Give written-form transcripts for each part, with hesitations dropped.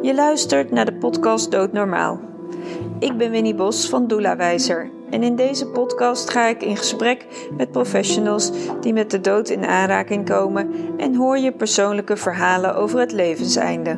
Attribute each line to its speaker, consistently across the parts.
Speaker 1: Je luistert naar de podcast Doodnormaal. Ik ben Winnie Bos van Doula-wijzer en in deze podcast ga ik in gesprek met professionals die met de dood in aanraking komen en hoor je persoonlijke verhalen over het levenseinde.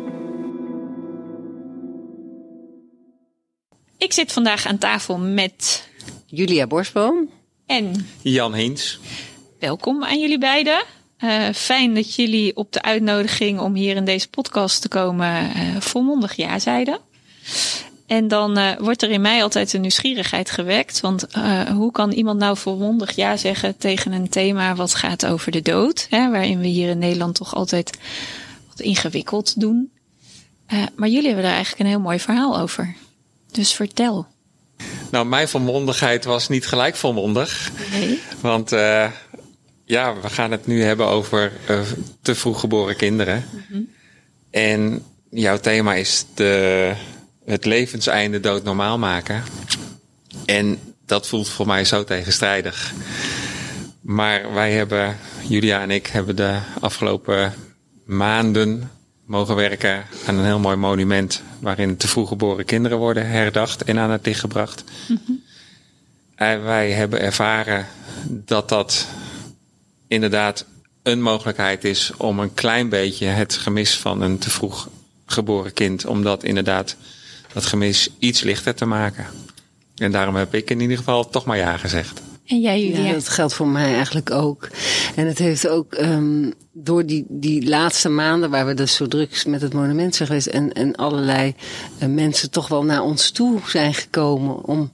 Speaker 2: Ik zit vandaag aan tafel met
Speaker 3: Julia Borstboom
Speaker 2: en
Speaker 4: Jan Heens.
Speaker 2: Welkom aan jullie beiden. Fijn dat jullie op de uitnodiging om hier in deze podcast te komen volmondig ja zeiden. En dan wordt er in mij altijd een nieuwsgierigheid gewekt. Want hoe kan iemand nou volmondig ja zeggen tegen een thema wat gaat over de dood? Hè, waarin we hier in Nederland toch altijd wat ingewikkeld doen. Maar jullie hebben daar eigenlijk een heel mooi verhaal over. Dus vertel.
Speaker 4: Nou, mijn volmondigheid was niet gelijk volmondig. Nee. Want we gaan het nu hebben over te vroeg geboren kinderen. Mm-hmm. En jouw thema is het levenseinde doodnormaal maken. En dat voelt voor mij zo tegenstrijdig. Maar Julia en ik hebben de afgelopen maanden mogen werken aan een heel mooi monument waarin te vroeg geboren kinderen worden herdacht en aan het licht gebracht. Mm-hmm. En wij hebben ervaren dat inderdaad een mogelijkheid is om een klein beetje het gemis van een te vroeg geboren kind, om dat inderdaad dat gemis iets lichter te maken. En daarom heb ik in ieder geval toch maar ja gezegd.
Speaker 2: En jij, Julia?
Speaker 3: Ja, dat geldt voor mij eigenlijk ook. En het heeft ook door die laatste maanden waar we dus zo druk met het monument zijn geweest en allerlei mensen toch wel naar ons toe zijn gekomen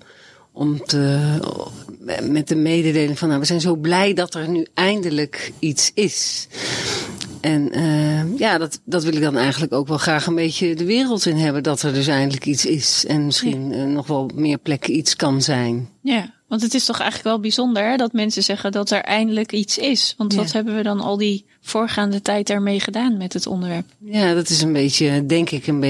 Speaker 3: met de mededeling van we zijn zo blij dat er nu eindelijk iets is. En dat wil ik dan eigenlijk ook wel graag een beetje de wereld in hebben, dat er dus eindelijk iets is en misschien nog wel meer plekken iets kan zijn.
Speaker 2: Ja. Want het is toch eigenlijk wel bijzonder hè, dat mensen zeggen dat er eindelijk iets is. Want wat hebben we dan al die voorgaande tijd ermee gedaan met het onderwerp?
Speaker 3: Ja, dat is een beetje, denk ik, hoe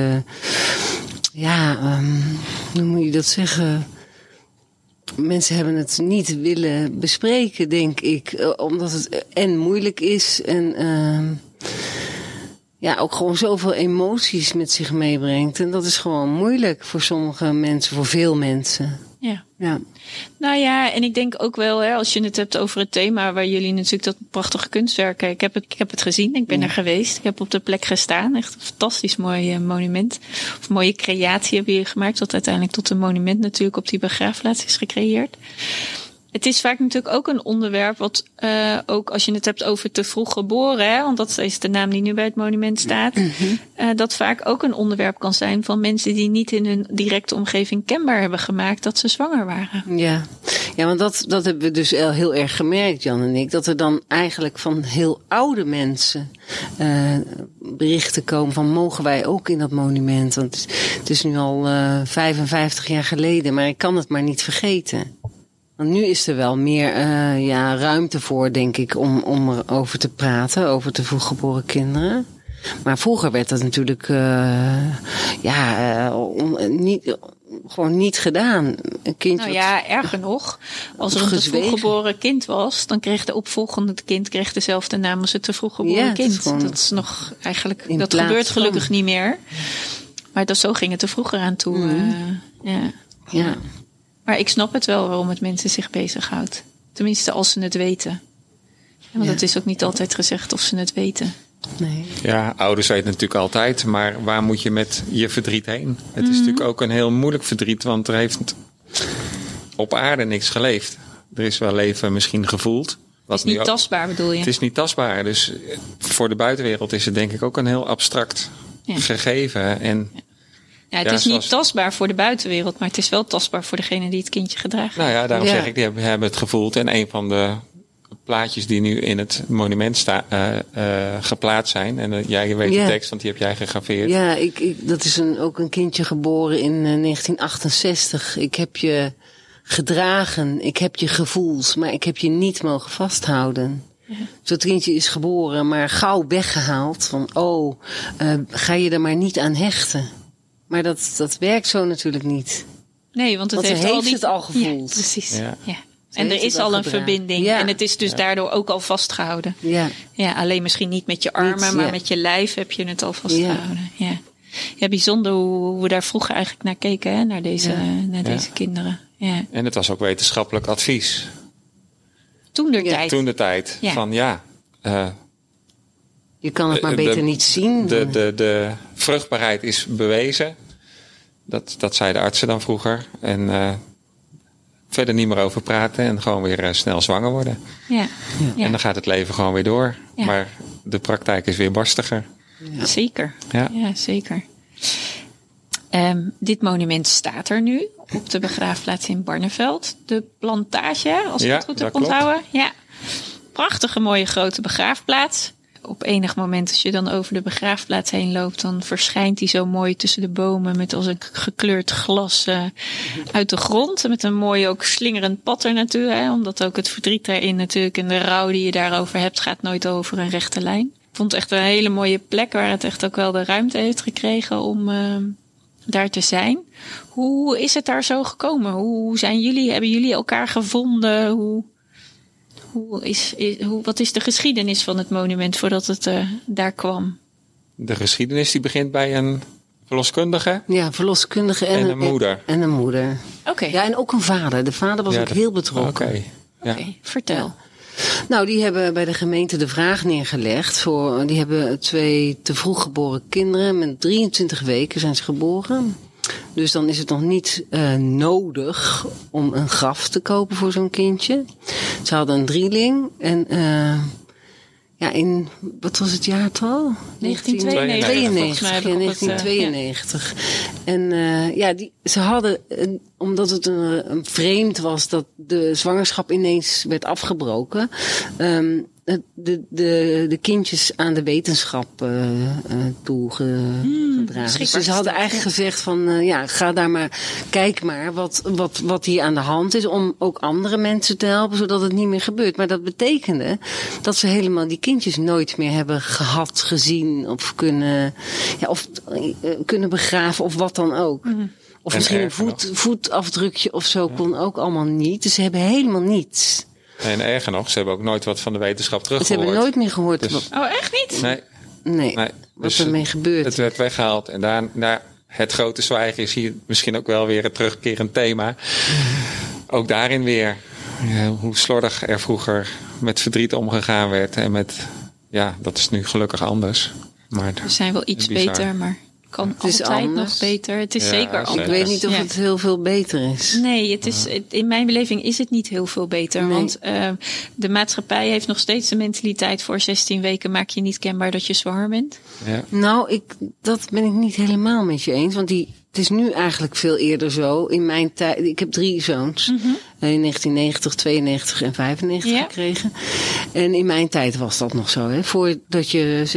Speaker 3: moet je dat zeggen? Mensen hebben het niet willen bespreken, denk ik. Omdat het moeilijk is en ook gewoon zoveel emoties met zich meebrengt. En dat is gewoon moeilijk voor sommige mensen, voor veel mensen. Ja.
Speaker 2: Nou ja, en ik denk ook wel, als je het hebt over het thema waar jullie natuurlijk dat prachtige kunstwerken. Ik heb het gezien, ik ben er geweest. Ik heb op de plek gestaan. Echt een fantastisch mooi monument. Of mooie creatie hebben jullie gemaakt. Wat uiteindelijk tot een monument natuurlijk op die begraafplaats is gecreëerd. Het is vaak natuurlijk ook een onderwerp wat ook als je het hebt over te vroeg geboren, want dat is de naam die nu bij het monument staat, dat vaak ook een onderwerp kan zijn van mensen die niet in hun directe omgeving kenbaar hebben gemaakt dat ze zwanger waren.
Speaker 3: Ja, want dat hebben we dus heel erg gemerkt, Jan en ik, dat er dan eigenlijk van heel oude mensen berichten komen van mogen wij ook in dat monument, want het is nu al 55 jaar geleden, maar ik kan het maar niet vergeten. Want nu is er wel meer ruimte voor, denk ik, om erover te praten, over te vroeg geboren kinderen. Maar vroeger werd dat natuurlijk niet gedaan. Een kindje
Speaker 2: erger nog. Als er een te vroeg geboren kind was, dan kreeg de opvolgende kind dezelfde naam als het te vroeg geboren kind. Dat is nog eigenlijk, dat gebeurt gelukkig niet meer. Maar zo ging het er vroeger aan toe.
Speaker 3: Ja.
Speaker 2: Maar ik snap het wel waarom het mensen zich bezighoudt. Tenminste, als ze het weten. Want het is ook niet altijd gezegd of ze het weten.
Speaker 3: Nee.
Speaker 4: Ja, ouders weten natuurlijk altijd. Maar waar moet je met je verdriet heen? Het is natuurlijk ook een heel moeilijk verdriet. Want er heeft op aarde niks geleefd. Er is wel leven misschien gevoeld.
Speaker 2: Het is niet tastbaar, bedoel je?
Speaker 4: Het is niet tastbaar. Dus voor de buitenwereld is het denk ik ook een heel abstract gegeven. En
Speaker 2: ja, het is niet tastbaar voor de buitenwereld, maar het is wel tastbaar voor degene die het kindje gedragen.
Speaker 4: Nou ja, daarom zeg ik, die hebben het gevoeld. En een van de plaatjes die nu in het monument geplaatst zijn. En jij weet de tekst, want die heb jij gegraveerd.
Speaker 3: Ja, dat is ook een kindje geboren in 1968. Ik heb je gedragen, ik heb je gevoeld, maar ik heb je niet mogen vasthouden. Ja. Dus dat kindje is geboren, maar gauw weggehaald. Van ga je er maar niet aan hechten. Maar dat werkt zo natuurlijk niet.
Speaker 2: Nee, want het heeft
Speaker 3: het al gevoeld.
Speaker 2: Ja, precies. Ja. En er is al een verbinding. Ja. En het is dus daardoor ook al vastgehouden. Ja. Ja, alleen misschien niet met je armen, maar met je lijf heb je het al vastgehouden. Ja. bijzonder hoe we daar vroeger eigenlijk naar keken, hè? Naar deze kinderen. Ja.
Speaker 4: En het was ook wetenschappelijk advies.
Speaker 2: Toen
Speaker 4: de tijd.
Speaker 2: Ja.
Speaker 4: Van
Speaker 3: je kan het maar beter niet zien.
Speaker 4: De vruchtbaarheid is bewezen. Dat zeiden artsen dan vroeger. En verder niet meer over praten en gewoon weer snel zwanger worden.
Speaker 2: Ja.
Speaker 4: En dan gaat het leven gewoon weer door.
Speaker 2: Ja.
Speaker 4: Maar de praktijk is weer barstiger.
Speaker 2: Ja. Zeker.
Speaker 4: Ja,
Speaker 2: Zeker. Dit monument staat er nu op de begraafplaats in Barneveld. De Plantage, als ik het goed heb onthouden. Ja. Prachtige mooie grote begraafplaats. Op enig moment als je dan over de begraafplaats heen loopt, dan verschijnt die zo mooi tussen de bomen met als een gekleurd glas uit de grond. Met een mooi ook slingerend pad er naartoe. Hè, omdat ook het verdriet daarin natuurlijk en de rouw die je daarover hebt gaat nooit over een rechte lijn. Ik vond het echt een hele mooie plek waar het echt ook wel de ruimte heeft gekregen om daar te zijn. Hoe is het daar zo gekomen? Hebben jullie elkaar gevonden? Wat is de geschiedenis van het monument voordat het daar kwam?
Speaker 4: De geschiedenis die begint bij een verloskundige.
Speaker 3: Ja, verloskundige en
Speaker 4: een moeder.
Speaker 3: En een moeder.
Speaker 2: Oké.
Speaker 3: Ja, en ook een vader. De vader was ook heel betrokken.
Speaker 4: Oké,
Speaker 2: vertel.
Speaker 3: Ja. Nou, die hebben bij de gemeente de vraag neergelegd. Die hebben 2 te vroeg geboren kinderen. Met 23 weken zijn ze geboren. Dus dan is het nog niet nodig om een graf te kopen voor zo'n kindje. Ze hadden een drieling. En wat was het jaartal? 1992. En ze hadden, omdat het een vreemd was dat de zwangerschap ineens werd afgebroken, de kindjes aan de wetenschap toegedragen. Dus ze hadden eigenlijk gezegd van ga daar maar, kijk maar wat hier aan de hand is, om ook andere mensen te helpen, zodat het niet meer gebeurt. Maar dat betekende dat ze helemaal die kindjes nooit meer hebben gehad, gezien of kunnen begraven of wat dan ook. Mm-hmm. Of en misschien een voetafdrukje of zo kon ook allemaal niet. Dus ze hebben helemaal niets.
Speaker 4: En erger nog, ze hebben ook nooit wat van de wetenschap teruggehoord.
Speaker 3: Ze hebben nooit meer gehoord.
Speaker 4: Dus,
Speaker 2: echt niet?
Speaker 3: Nee. Wat
Speaker 4: dus
Speaker 3: ermee gebeurt.
Speaker 4: Het werd weggehaald. En daar het grote zwijgen is hier misschien ook wel weer een terugkerend thema. Ook daarin weer. Hoe slordig er vroeger met verdriet omgegaan werd. En dat is nu gelukkig anders. Maar
Speaker 2: we zijn wel iets beter, maar kan altijd anders. Nog beter. Het is zeker anders.
Speaker 3: Ik weet niet of het heel veel beter is.
Speaker 2: Nee, het is, in mijn beleving is het niet heel veel beter. Nee. Want de maatschappij heeft nog steeds de mentaliteit voor 16 weken maak je niet kenbaar dat je zwanger bent. Ja.
Speaker 3: Nou, dat ben ik niet helemaal met je eens. Want het is nu eigenlijk veel eerder zo. In mijn tijd, ik heb 3 zoons. Mm-hmm. In 1990, 92 en 95 gekregen. En in mijn tijd was dat nog zo. Hè? Voordat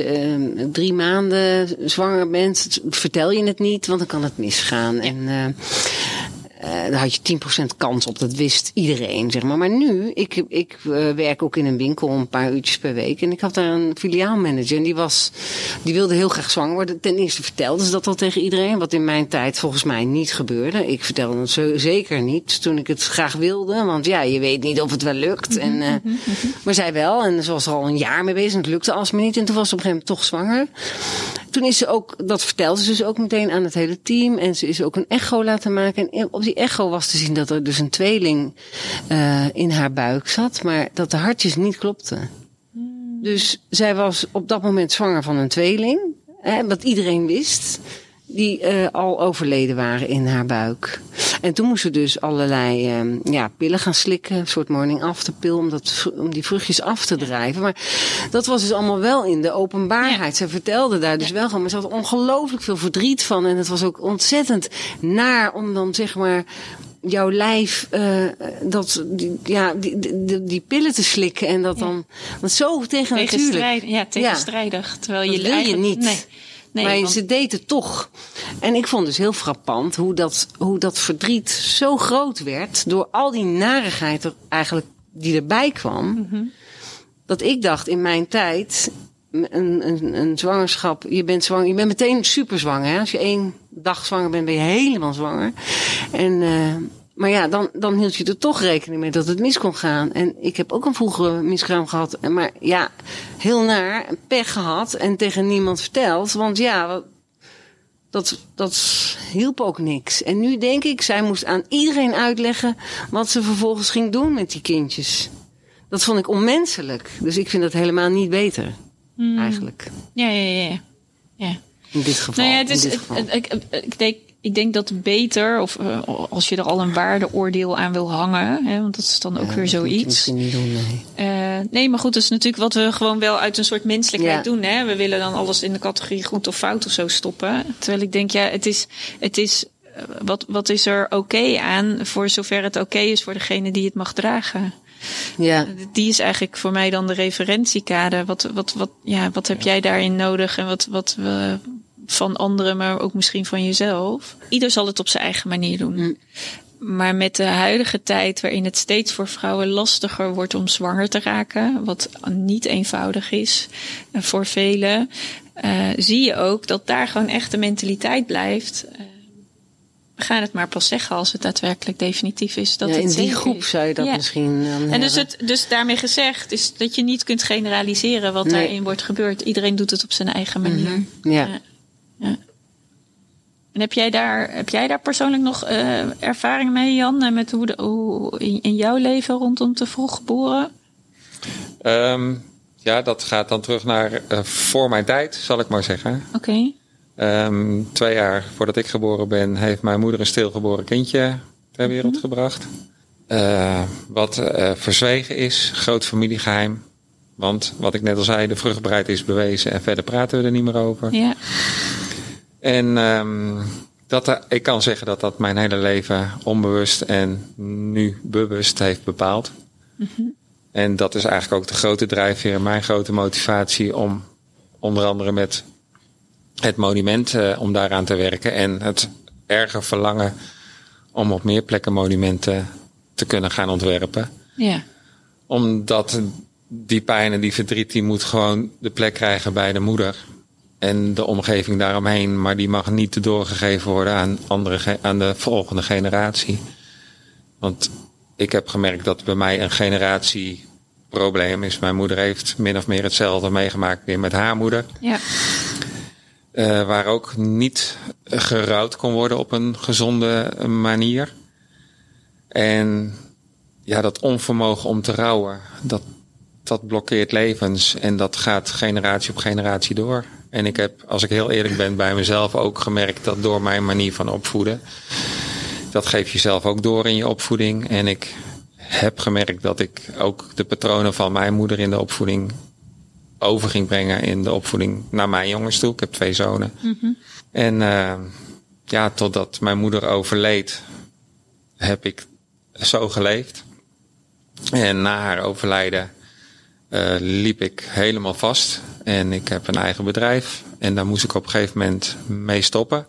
Speaker 3: je 3 maanden zwanger bent, vertel je het niet, want dan kan het misgaan. Ja. En daar had je 10% kans op. Dat wist iedereen, zeg maar. Maar nu, ik werk ook in een winkel een paar uurtjes per week. En ik had daar een filiaalmanager. En die wilde heel graag zwanger worden. Ten eerste vertelde ze dat al tegen iedereen. Wat in mijn tijd volgens mij niet gebeurde. Ik vertelde het zeker niet toen ik het graag wilde. Want je weet niet of het wel lukt. Maar zij wel. En ze was er al een jaar mee bezig. En het lukte alsmaar niet. En toen was ze op een gegeven moment toch zwanger. Toen is ze ook, dat vertelde ze dus ook meteen aan het hele team. En ze is ook een echo laten maken. En op die echo was te zien dat er dus een tweeling in haar buik zat. Maar dat de hartjes niet klopten. Dus zij was op dat moment zwanger van een tweeling. Wat iedereen wist. Die al overleden waren in haar buik. En toen moest ze dus allerlei pillen gaan slikken. Een soort morning after pill. Om die vruchtjes af te drijven. Maar dat was dus allemaal wel in de openbaarheid. Ze vertelde daar dus wel van. Maar ze had ongelooflijk veel verdriet van. En het was ook ontzettend naar om dan zeg maar jouw lijf die pillen te slikken. En dat dan want zo
Speaker 2: tegenstrijdig. Terwijl
Speaker 3: dat wil je niet.
Speaker 2: Nee,
Speaker 3: maar ze deed het toch. En ik vond dus heel frappant hoe dat verdriet zo groot werd door al die narigheid eigenlijk die erbij kwam. Mm-hmm. Dat ik dacht in mijn tijd, een zwangerschap, je bent zwanger, je bent meteen super zwanger. Hè? Als je 1 dag zwanger bent, ben je helemaal zwanger. Maar dan hield je er toch rekening mee dat het mis kon gaan. En ik heb ook een vroegere miskraam gehad. Maar heel naar, pech gehad en tegen niemand verteld. Want dat hielp ook niks. En nu denk ik, zij moest aan iedereen uitleggen wat ze vervolgens ging doen met die kindjes. Dat vond ik onmenselijk. Dus ik vind dat helemaal niet beter, eigenlijk.
Speaker 2: Ja.
Speaker 3: In dit geval.
Speaker 2: Nou ja, het is, ik denk dat beter, of als je er al een waardeoordeel aan wil hangen, hè, want dat is dan ook weer zoiets.
Speaker 3: Dat misschien niet doen, nee.
Speaker 2: Nee, maar goed, dat is natuurlijk wat we gewoon wel uit een soort menselijkheid doen. Hè? We willen dan alles in de categorie goed of fout of zo stoppen. Terwijl ik denk, het is wat is er oké aan, voor zover het oké is voor degene die het mag dragen. Ja. Die is eigenlijk voor mij dan de referentiekader. Wat heb jij daarin nodig en wat van anderen, maar ook misschien van jezelf. Ieder zal het op zijn eigen manier doen. Maar met de huidige tijd, waarin het steeds voor vrouwen lastiger wordt om zwanger te raken, wat niet eenvoudig is voor velen, zie je ook dat daar gewoon echt de mentaliteit blijft. We gaan het maar pas zeggen als het daadwerkelijk definitief is. Dat het
Speaker 3: in die
Speaker 2: zeker
Speaker 3: groep
Speaker 2: is.
Speaker 3: zou je dat misschien dan
Speaker 2: en dus daarmee gezegd is dat je niet kunt generaliseren wat daarin wordt gebeurd. Iedereen doet het op zijn eigen manier.
Speaker 3: Ja.
Speaker 2: En heb jij daar persoonlijk nog ervaring mee, Jan? Met hoe in jouw leven rondom te vroeg geboren?
Speaker 4: Ja, dat gaat dan terug naar voor mijn tijd, zal ik maar zeggen.
Speaker 2: Oké.
Speaker 4: 2 jaar voordat ik geboren ben, heeft mijn moeder een stilgeboren kindje ter wereld gebracht. Wat verzwegen is, groot familiegeheim. Want wat ik net al zei, de vruchtbaarheid is bewezen en verder praten we er niet meer over.
Speaker 2: Ja.
Speaker 4: En ik kan zeggen dat dat mijn hele leven onbewust en nu bewust heeft bepaald. En dat is eigenlijk ook de grote drijfveer, mijn grote motivatie om onder andere met het monument om daaraan te werken. En het erge verlangen om op meer plekken monumenten te kunnen gaan ontwerpen.
Speaker 2: Ja.
Speaker 4: Omdat die pijn en die verdriet, die moet gewoon de plek krijgen bij de moeder. En de omgeving daaromheen. Maar die mag niet doorgegeven worden aan de volgende generatie. Want ik heb gemerkt dat bij mij een generatieprobleem is. Mijn moeder heeft min of meer hetzelfde meegemaakt weer met haar moeder.
Speaker 2: Ja.
Speaker 4: Waar ook niet gerouwd kon worden op een gezonde manier. En ja, dat onvermogen om te rouwen, dat blokkeert levens. En dat gaat generatie op generatie door. En ik heb, als ik heel eerlijk ben, bij mezelf ook gemerkt dat door mijn manier van opvoeden, dat geef je zelf ook door in je opvoeding. En ik heb gemerkt dat ik ook de patronen van mijn moeder in de opvoeding over ging brengen in de opvoeding naar mijn jongens toe. Ik heb 2 zonen. En totdat mijn moeder overleed, heb ik zo geleefd. En na haar overlijden liep ik helemaal vast. En ik heb een eigen bedrijf. En daar moest ik op een gegeven moment mee stoppen.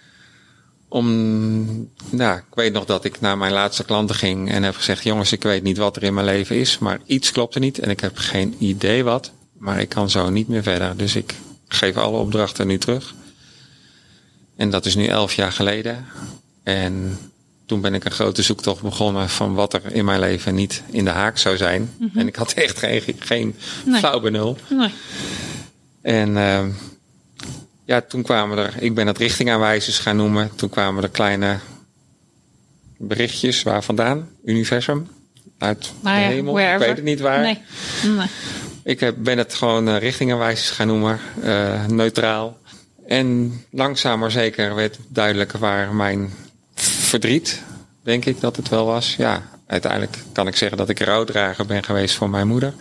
Speaker 4: Ik weet nog dat ik naar mijn laatste klanten ging en heb gezegd, jongens, ik weet niet wat er in mijn leven is, maar iets klopt er niet en ik heb geen idee wat, maar ik kan zo niet meer verder. Dus ik geef alle opdrachten nu terug. En dat is nu 11 jaar geleden. En toen ben ik een grote zoektocht begonnen van wat er in mijn leven niet in de haak zou zijn. En ik had echt geen flauw benul.
Speaker 2: Nee.
Speaker 4: En toen kwamen er, ik ben het richtingaanwijzers gaan noemen. Toen kwamen er kleine berichtjes, waar vandaan? Universum? Uit de hemel?
Speaker 2: Wherever.
Speaker 4: Ik weet het niet waar.
Speaker 2: Nee.
Speaker 4: Ik ben het gewoon richtingaanwijzers gaan noemen. Neutraal. En langzaam maar zeker werd duidelijk waar mijn verdriet, denk ik dat het wel was. Ja, uiteindelijk kan ik zeggen dat ik rouwdrager ben geweest voor mijn moeder.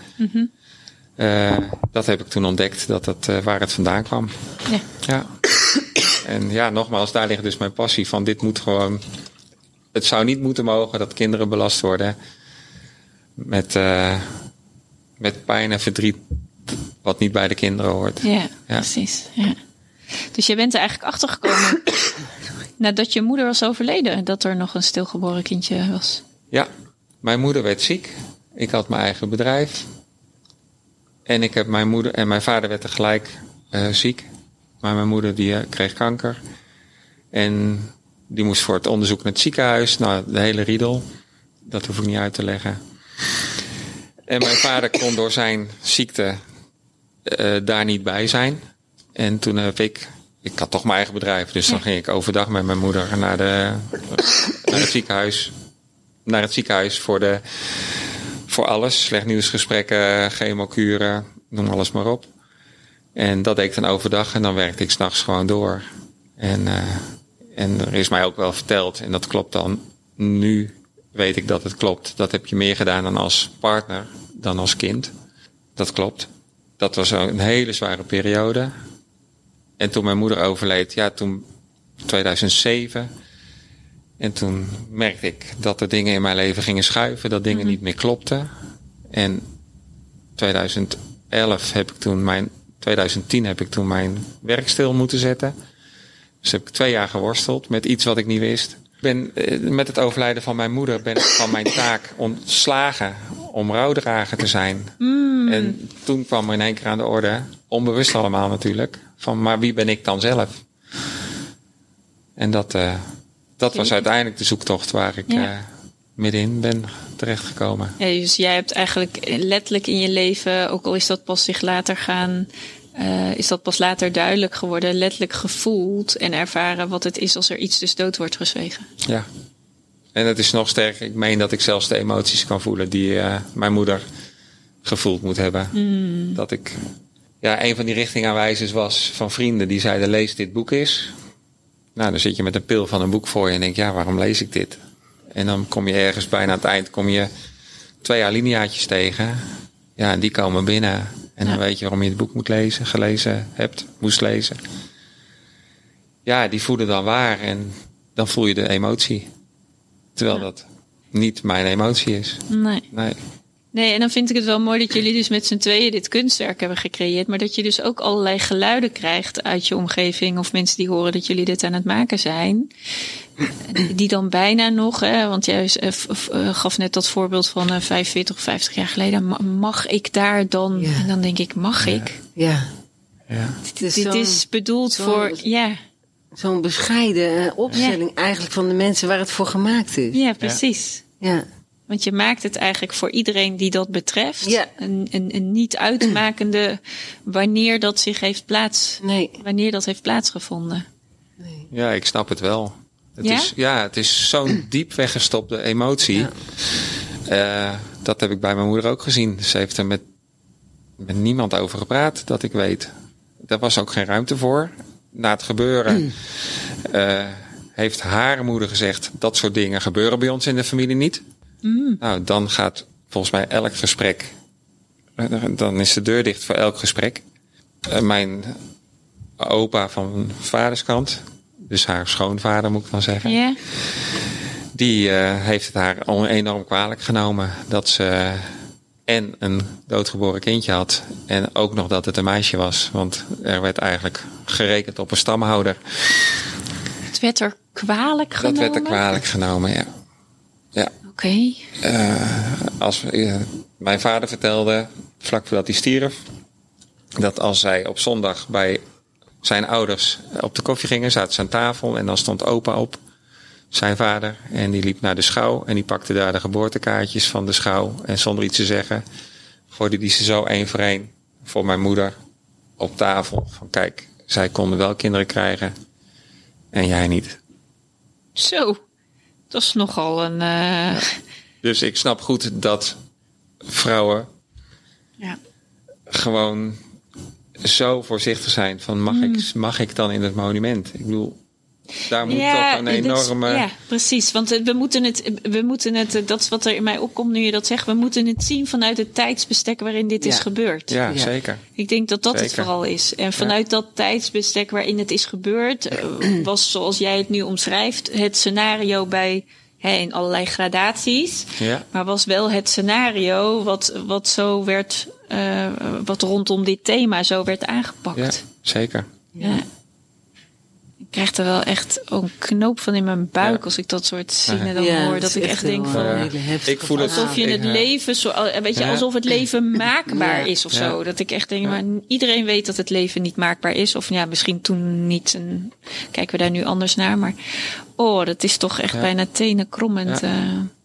Speaker 4: Dat heb ik toen ontdekt, waar het vandaan kwam. Ja. En ja, nogmaals, daar ligt dus mijn passie van. Dit moet gewoon, het zou niet moeten mogen dat kinderen belast worden met pijn en verdriet wat niet bij de kinderen hoort.
Speaker 2: Ja. Precies. Ja. Dus je bent er eigenlijk achter gekomen nadat je moeder was overleden, dat er nog een stilgeboren kindje was. Ja,
Speaker 4: mijn moeder werd ziek. Ik had mijn eigen bedrijf. En ik heb mijn moeder en mijn vader werd tegelijk ziek. Maar mijn moeder die kreeg kanker. En die moest voor het onderzoek naar het ziekenhuis. Nou, de hele riedel. Dat hoef ik niet uit te leggen. En mijn vader kon door zijn ziekte daar niet bij zijn. En toen heb ik ik had toch mijn eigen bedrijf. Dus dan ging ik overdag met mijn moeder naar het ziekenhuis. Naar het ziekenhuis voor alles. Slecht nieuwsgesprekken, chemokuren, noem alles maar op. En dat deed ik dan overdag en dan werkte ik 's nachts gewoon door. En er is mij ook wel verteld, en dat klopt dan. Nu weet ik dat het klopt. Dat heb je meer gedaan dan als partner, dan als kind. Dat klopt. Dat was een hele zware periode. En toen mijn moeder overleed, toen 2007. En toen merkte ik dat er dingen in mijn leven gingen schuiven. Dat dingen niet meer klopten. En 2010 heb ik toen mijn werk stil moeten zetten. Dus heb ik 2 jaar geworsteld met iets wat ik niet wist. Met het overlijden van mijn moeder ben ik van mijn taak ontslagen om rouwdrager te zijn. En toen kwam er in één keer aan de orde, onbewust allemaal natuurlijk, van maar wie ben ik dan zelf? En dat was uiteindelijk de zoektocht waar ik middenin ben terechtgekomen.
Speaker 2: Ja, dus jij hebt eigenlijk letterlijk in je leven, ook al is dat pas zich later is dat pas later duidelijk geworden, letterlijk gevoeld en ervaren wat het is als er iets dus dood wordt gezwegen. Ja.
Speaker 4: En het is nog sterker. Ik meen dat ik zelfs de emoties kan voelen die mijn moeder gevoeld moet hebben. Dat ik, een van die richtingaanwijzers was van vrienden die zeiden lees dit boek eens. Nou, dan zit je met een pil van een boek voor je en denk waarom lees ik dit? En dan kom je ergens bijna aan het eind 2 alineaatjes tegen. Ja, en die komen binnen. En dan weet je waarom je het boek moest lezen. Ja, die voelen dan waar en dan voel je de emotie. Terwijl dat niet mijn emotie is.
Speaker 2: Nee, en dan vind ik het wel mooi dat jullie dus met z'n tweeën dit kunstwerk hebben gecreëerd. Maar dat je dus ook allerlei geluiden krijgt uit je omgeving. Of mensen die horen dat jullie dit aan het maken zijn. Die dan bijna nog, want jij gaf net dat voorbeeld van 45 of 50 jaar geleden. Mag ik daar dan? Ja. En dan denk ik, mag ik?
Speaker 3: Ja.
Speaker 2: Dit is bedoeld voor,
Speaker 3: zo'n bescheiden opstelling eigenlijk van de mensen waar het voor gemaakt is.
Speaker 2: Ja, precies.
Speaker 3: Ja.
Speaker 2: Want je maakt het eigenlijk voor iedereen die dat betreft. Ja. Een niet uitmakende wanneer dat zich heeft wanneer dat heeft plaatsgevonden.
Speaker 4: Nee. Ja, ik snap het wel. Het is zo'n diep weggestopte emotie. Ja. Dat heb ik bij mijn moeder ook gezien. Ze heeft er met niemand over gepraat, dat ik weet. Daar was ook geen ruimte voor. Na het gebeuren heeft haar moeder gezegd, dat soort dingen gebeuren bij ons in de familie niet. Nou, dan gaat volgens mij elk gesprek, dan is de deur dicht voor elk gesprek. Mijn opa van vaderskant, dus haar schoonvader moet ik dan zeggen. Yeah. Die heeft het haar enorm kwalijk genomen dat ze en een doodgeboren kindje had en ook nog dat het een meisje was. Want er werd eigenlijk gerekend op een stamhouder.
Speaker 2: Het werd er kwalijk genomen?
Speaker 4: Dat werd er kwalijk genomen, ja.
Speaker 2: Oké.
Speaker 4: Mijn vader vertelde, vlak voordat hij stierf, dat als zij op zondag bij zijn ouders op de koffie gingen, zaten ze aan tafel en dan stond opa op, zijn vader, en die liep naar de schouw en die pakte daar de geboortekaartjes van de schouw en zonder iets te zeggen gooide die ze zo 1 voor 1 voor mijn moeder op tafel. Van kijk, zij konden wel kinderen krijgen en jij niet.
Speaker 2: Zo. Dat is nogal een...
Speaker 4: Ja. Dus ik snap goed dat vrouwen gewoon zo voorzichtig zijn van mag ik dan in het monument? Ik bedoel, daar moet toch een enorme...
Speaker 2: Ja, precies. Want we moeten het, dat is wat er in mij opkomt nu je dat zegt, we moeten het zien vanuit het tijdsbestek waarin dit is gebeurd.
Speaker 4: Ja, zeker.
Speaker 2: Ik denk dat het vooral is. En vanuit dat tijdsbestek waarin het is gebeurd, was zoals jij het nu omschrijft, het scenario bij... in allerlei gradaties. Ja. Maar was wel het scenario wat zo werd... wat rondom dit thema zo werd aangepakt.
Speaker 4: Ja, zeker.
Speaker 2: Ja. Ik krijg er wel echt een knoop van in mijn buik als ik dat soort zinnen dan hoor. Dat ik echt denk van...
Speaker 4: ik voel het
Speaker 2: alsof je het leven... alsof het leven maakbaar is of zo. Dat ik echt denk, maar iedereen weet dat het leven niet maakbaar is. Of misschien toen niet. En kijken we daar nu anders naar. Maar dat is toch echt bijna tenenkrommend.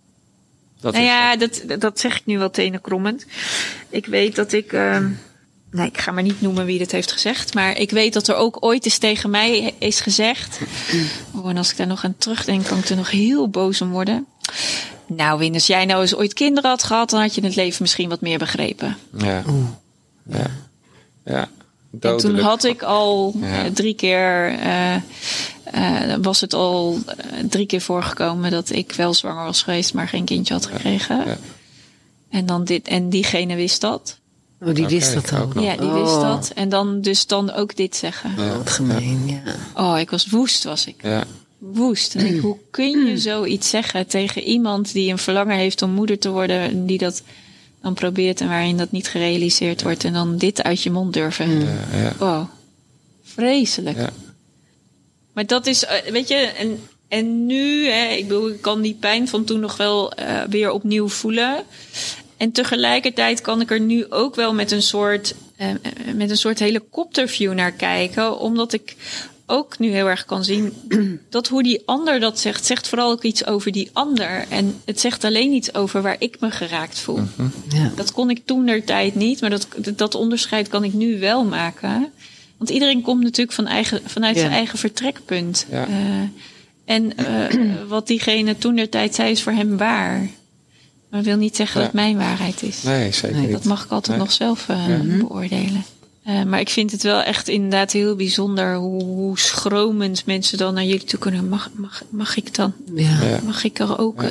Speaker 1: Dat zeg ik nu wel tenenkrommend. Ik weet dat ik
Speaker 2: Nee, ik ga maar niet noemen wie dit heeft gezegd. Maar ik weet dat er ook ooit eens tegen mij is gezegd. En als ik daar nog aan terugdenk, kan ik er nog heel boos om worden. Nou, Win, als jij nou eens ooit kinderen had gehad, dan had je het leven misschien wat meer begrepen.
Speaker 4: Ja.
Speaker 2: En toen had ik al 3 keer... was het al 3 keer voorgekomen dat ik wel zwanger was geweest, maar geen kindje had gekregen. Ja. En dan en diegene wist dat.
Speaker 3: Oh, die wist dat ook.
Speaker 2: Ja, die wist dat. En dan ook dit zeggen.
Speaker 3: Ja. Wat gemeen, ja.
Speaker 2: Oh, ik was woest, Ja. Woest. En hoe kun je zoiets zeggen tegen iemand die een verlangen heeft om moeder te worden en die dat dan probeert en waarin dat niet gerealiseerd wordt en dan dit uit je mond durven. Ja. Wow. Vreselijk. Ja. Maar dat is, weet je, en nu, ik kan die pijn van toen nog wel weer opnieuw voelen. En tegelijkertijd kan ik er nu ook wel met een soort helikopterview naar kijken. Omdat ik ook nu heel erg kan zien dat hoe die ander dat zegt vooral ook iets over die ander. En het zegt alleen iets over waar ik me geraakt voel. Mm-hmm. Ja. Dat kon ik toentertijd niet, maar dat onderscheid kan ik nu wel maken. Want iedereen komt natuurlijk vanuit zijn eigen vertrekpunt. Ja. Wat diegene toentertijd zei is voor hem waar. Maar dat wil niet zeggen dat het mijn waarheid is.
Speaker 4: Nee, zeker niet.
Speaker 2: Dat mag ik altijd nog zelf beoordelen. Maar ik vind het wel echt inderdaad heel bijzonder hoe schromend mensen dan naar jullie toe kunnen. Mag ik dan? Ja. Mag ik er ook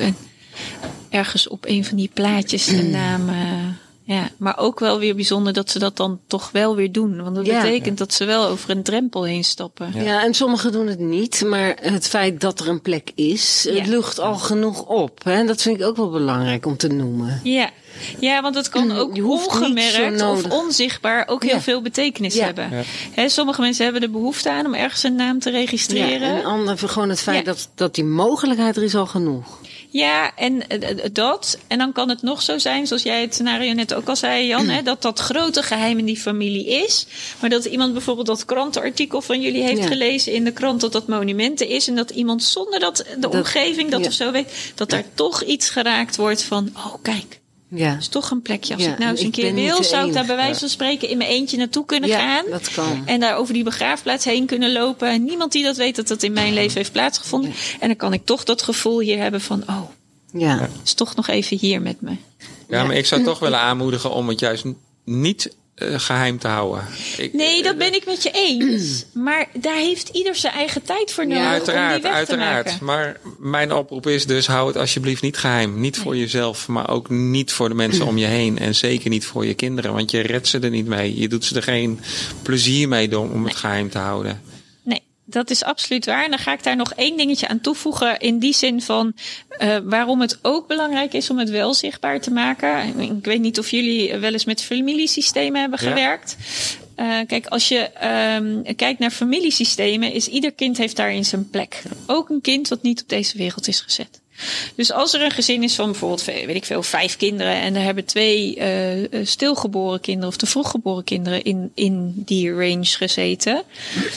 Speaker 2: ergens op een van die plaatjes de naam... Ja, maar ook wel weer bijzonder dat ze dat dan toch wel weer doen. Want dat betekent dat ze wel over een drempel heen stappen.
Speaker 3: Ja, en sommigen doen het niet. Maar het feit dat er een plek is, het lucht al genoeg op. Hè? Dat vind ik ook wel belangrijk om te noemen.
Speaker 2: Ja, want het kan ook ongemerkt of onzichtbaar ook heel veel betekenis hebben. Ja. Hè, sommige mensen hebben de behoefte aan om ergens een naam te registreren.
Speaker 3: Ja, en anderen gewoon het feit dat die mogelijkheid er is al genoeg.
Speaker 2: Ja, en dat. En dan kan het nog zo zijn, zoals jij het scenario net ook al zei, Jan, dat grote geheim in die familie is. Maar dat iemand bijvoorbeeld dat krantenartikel van jullie heeft gelezen in de krant, dat monument er is. En dat iemand zonder dat de omgeving dat of zo weet, dat daar toch iets geraakt wordt van, oh kijk. Ja. Dat is toch een plekje. Als ik nou eens een keer wil, zou ik daar bij wijze van spreken in mijn eentje naartoe kunnen gaan. Dat kan. En daar over die begraafplaats heen kunnen lopen. En niemand die dat weet dat dat in mijn leven heeft plaatsgevonden. Ja. En dan kan ik toch dat gevoel hier hebben van, is toch nog even hier met me.
Speaker 4: Ja, maar ik zou toch willen aanmoedigen om het juist niet geheim te houden.
Speaker 2: Dat ben ik met je eens. Maar daar heeft ieder zijn eigen tijd voor nodig om die weg te maken.
Speaker 4: Maar mijn oproep is dus, hou het alsjeblieft niet geheim. Niet voor jezelf, maar ook niet voor de mensen om je heen. En zeker niet voor je kinderen, want je redt ze er niet mee. Je doet ze er geen plezier mee om het geheim te houden.
Speaker 2: Dat is absoluut waar. En dan ga ik daar nog 1 dingetje aan toevoegen. In die zin van waarom het ook belangrijk is om het wel zichtbaar te maken. Ik weet niet of jullie wel eens met familiesystemen hebben gewerkt. Kijk, als je kijkt naar familiesystemen, is ieder kind heeft daarin zijn plek. Ook een kind wat niet op deze wereld is gezet. Dus als er een gezin is van bijvoorbeeld, weet ik veel, 5 kinderen en er hebben 2 stilgeboren kinderen of te vroeggeboren kinderen in die range gezeten,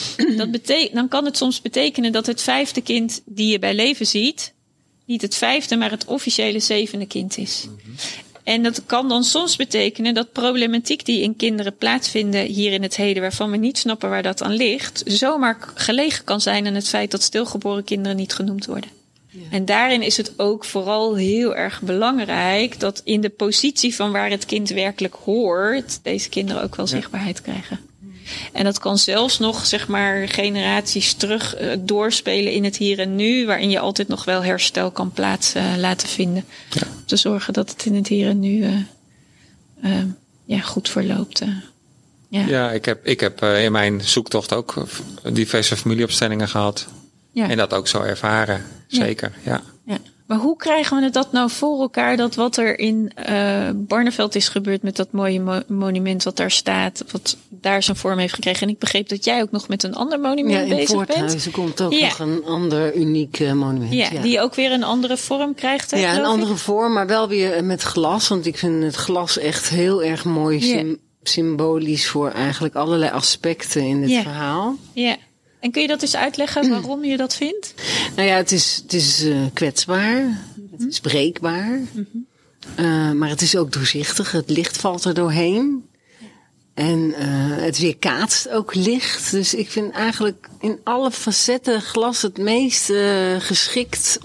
Speaker 2: dan kan het soms betekenen dat het 5e kind die je bij leven ziet, niet het 5e, maar het officiële 7e kind is. Mm-hmm. En dat kan dan soms betekenen dat problematiek die in kinderen plaatsvinden hier in het heden, waarvan we niet snappen waar dat aan ligt, zomaar gelegen kan zijn aan het feit dat stilgeboren kinderen niet genoemd worden. Ja. En daarin is het ook vooral heel erg belangrijk dat in de positie van waar het kind werkelijk hoort, deze kinderen ook wel zichtbaarheid krijgen. En dat kan zelfs nog, zeg maar, generaties terug doorspelen in het hier en nu, waarin je altijd nog wel herstel kan laten vinden. Ja. Om te zorgen dat het in het hier en nu goed verloopt.
Speaker 4: Ja, ik heb in mijn zoektocht ook diverse familieopstellingen gehad. Ja. En dat ook zo ervaren. Zeker, ja.
Speaker 2: Maar hoe krijgen we dat nou voor elkaar, dat wat er in Barneveld is gebeurd met dat mooie monument wat daar staat, wat daar zijn vorm heeft gekregen. En ik begreep dat jij ook nog met een ander monument bezig bent.
Speaker 3: Ja, in Voorthuizen komt ook nog een ander uniek monument.
Speaker 2: Ja, die ook weer een andere vorm krijgt. Hè,
Speaker 3: een andere vorm, maar wel weer met glas. Want ik vind het glas echt heel erg mooi symbolisch voor eigenlijk allerlei aspecten in dit verhaal.
Speaker 2: Ja. En kun je dat eens uitleggen waarom je dat vindt?
Speaker 3: Nou ja, het is kwetsbaar. Het is breekbaar. Maar het is ook doorzichtig. Het licht valt er doorheen. En het weerkaatst ook licht. Dus ik vind eigenlijk in alle facetten glas het meest geschikt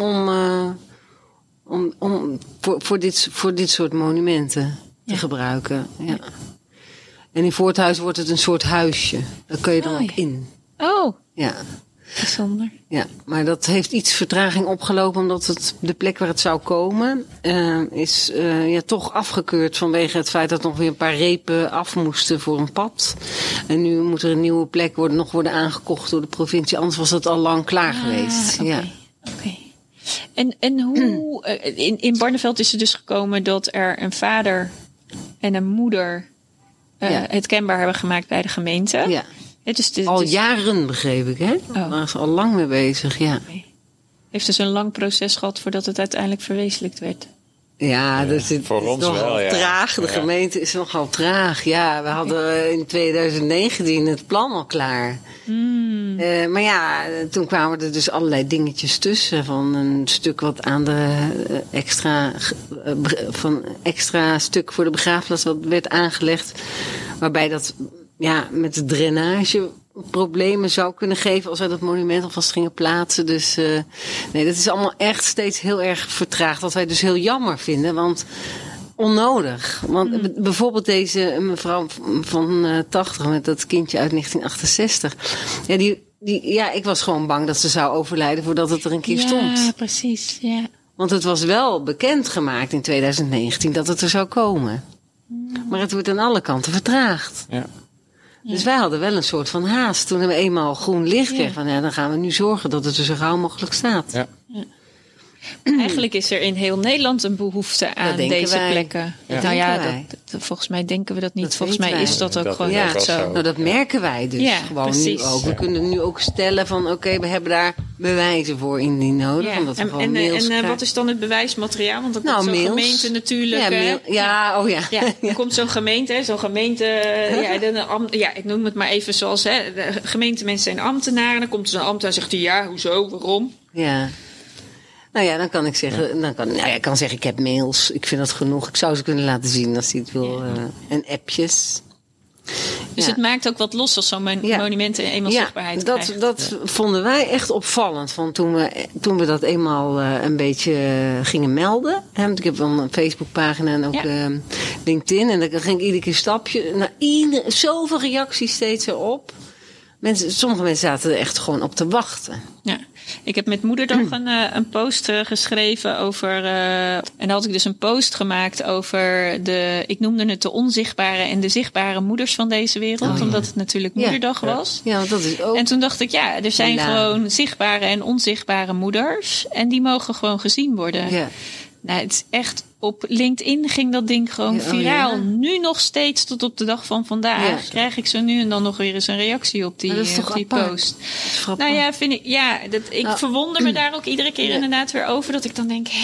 Speaker 3: om voor dit soort monumenten te gebruiken. Ja. En in Voorthuis wordt het een soort huisje. Daar kun je dan ook in.
Speaker 2: Oh,
Speaker 3: ja.
Speaker 2: Bijzonder.
Speaker 3: Ja, maar dat heeft iets vertraging opgelopen omdat de plek waar het zou komen is toch afgekeurd vanwege het feit dat nog weer een paar repen af moesten voor een pad. En nu moet er een nieuwe plek worden aangekocht door de provincie. Anders was het al lang klaar geweest.
Speaker 2: Okay.
Speaker 3: Ja.
Speaker 2: Okay. En hoe in Barneveld is het dus gekomen dat er een vader en een moeder het kenbaar hebben gemaakt bij de gemeente.
Speaker 3: Ja.
Speaker 2: Al
Speaker 3: jaren, begreep ik, hè? Daar waren ze al lang mee bezig, ja.
Speaker 2: Okay. Heeft dus een lang proces gehad voordat het uiteindelijk verwezenlijkt werd?
Speaker 3: Ja, dat is
Speaker 4: voor ons
Speaker 3: nogal
Speaker 4: wel,
Speaker 3: traag. De gemeente is nogal traag. Ja, we hadden in 2019 het plan al klaar. Maar ja, toen kwamen er dus allerlei dingetjes tussen. Van een stuk wat aan de extra stuk voor de begraafplaats wat werd aangelegd. Waarbij dat met de drainage problemen zou kunnen geven als wij dat monument alvast gingen plaatsen. Dus nee, dat is allemaal echt steeds heel erg vertraagd. Wat wij dus heel jammer vinden, want onnodig. Want bijvoorbeeld deze mevrouw van 80 met dat kindje uit 1968. Ja, ik was gewoon bang dat ze zou overlijden voordat het er een keer stond.
Speaker 2: Ja, precies. Ja.
Speaker 3: Want het was wel bekendgemaakt in 2019 dat het er zou komen. Maar het wordt aan alle kanten vertraagd.
Speaker 4: Ja.
Speaker 3: Dus wij hadden wel een soort van haast. Toen we eenmaal groen licht kregen van dan gaan we nu zorgen dat het er zo gauw mogelijk staat.
Speaker 4: Ja.
Speaker 2: Eigenlijk is er in heel Nederland een behoefte aan deze plekken.
Speaker 3: Ja.
Speaker 2: Volgens mij denken we dat niet. Volgens mij is dat ook gewoon
Speaker 3: echt
Speaker 2: echt zo.
Speaker 3: Nou, dat merken wij dus gewoon
Speaker 2: precies.
Speaker 3: nu ook. We kunnen nu ook stellen van oké, we hebben daar bewijzen voor indien nodig.
Speaker 2: Ja. En wat is dan het bewijsmateriaal? Want dan komt zo'n gemeente natuurlijk. Dan komt zo'n gemeente. Ik noem het maar even zoals de gemeentemensen zijn ambtenaren. Dan komt zo'n ambtenaar en zegt hij hoezo, waarom?
Speaker 3: Ja. Nou ja, dan kan ik zeggen, ik kan zeggen ik heb mails. Ik vind dat genoeg. Ik zou ze kunnen laten zien als hij het wil. En appjes.
Speaker 2: Dus het maakt ook wat los als zo'n monument eenmaal zichtbaarheid krijgt.
Speaker 3: Dat vonden wij echt opvallend. Van toen we dat eenmaal een beetje gingen melden. Want ik heb wel een Facebookpagina en ook LinkedIn. En dan ging ik iedere keer stapje. Zoveel reacties steeds erop. Sommige mensen zaten er echt gewoon op te wachten.
Speaker 2: Ja, ik heb met Moederdag een post geschreven over... en dan had ik dus een post gemaakt over ik noemde het de onzichtbare en de zichtbare moeders van deze wereld. Omdat het natuurlijk Moederdag was.
Speaker 3: Ja, dat is ook...
Speaker 2: En toen dacht ik, er zijn gewoon zichtbare en onzichtbare moeders. En die mogen gewoon gezien worden. Ja. Nou, het is echt... Op LinkedIn ging dat ding gewoon viraal. Ja. Nu nog steeds tot op de dag van vandaag krijg ik zo nu en dan nog weer eens een reactie op die post. Nou ja, vind ik. Ik verwonder me daar ook iedere keer inderdaad weer over. Dat ik dan denk,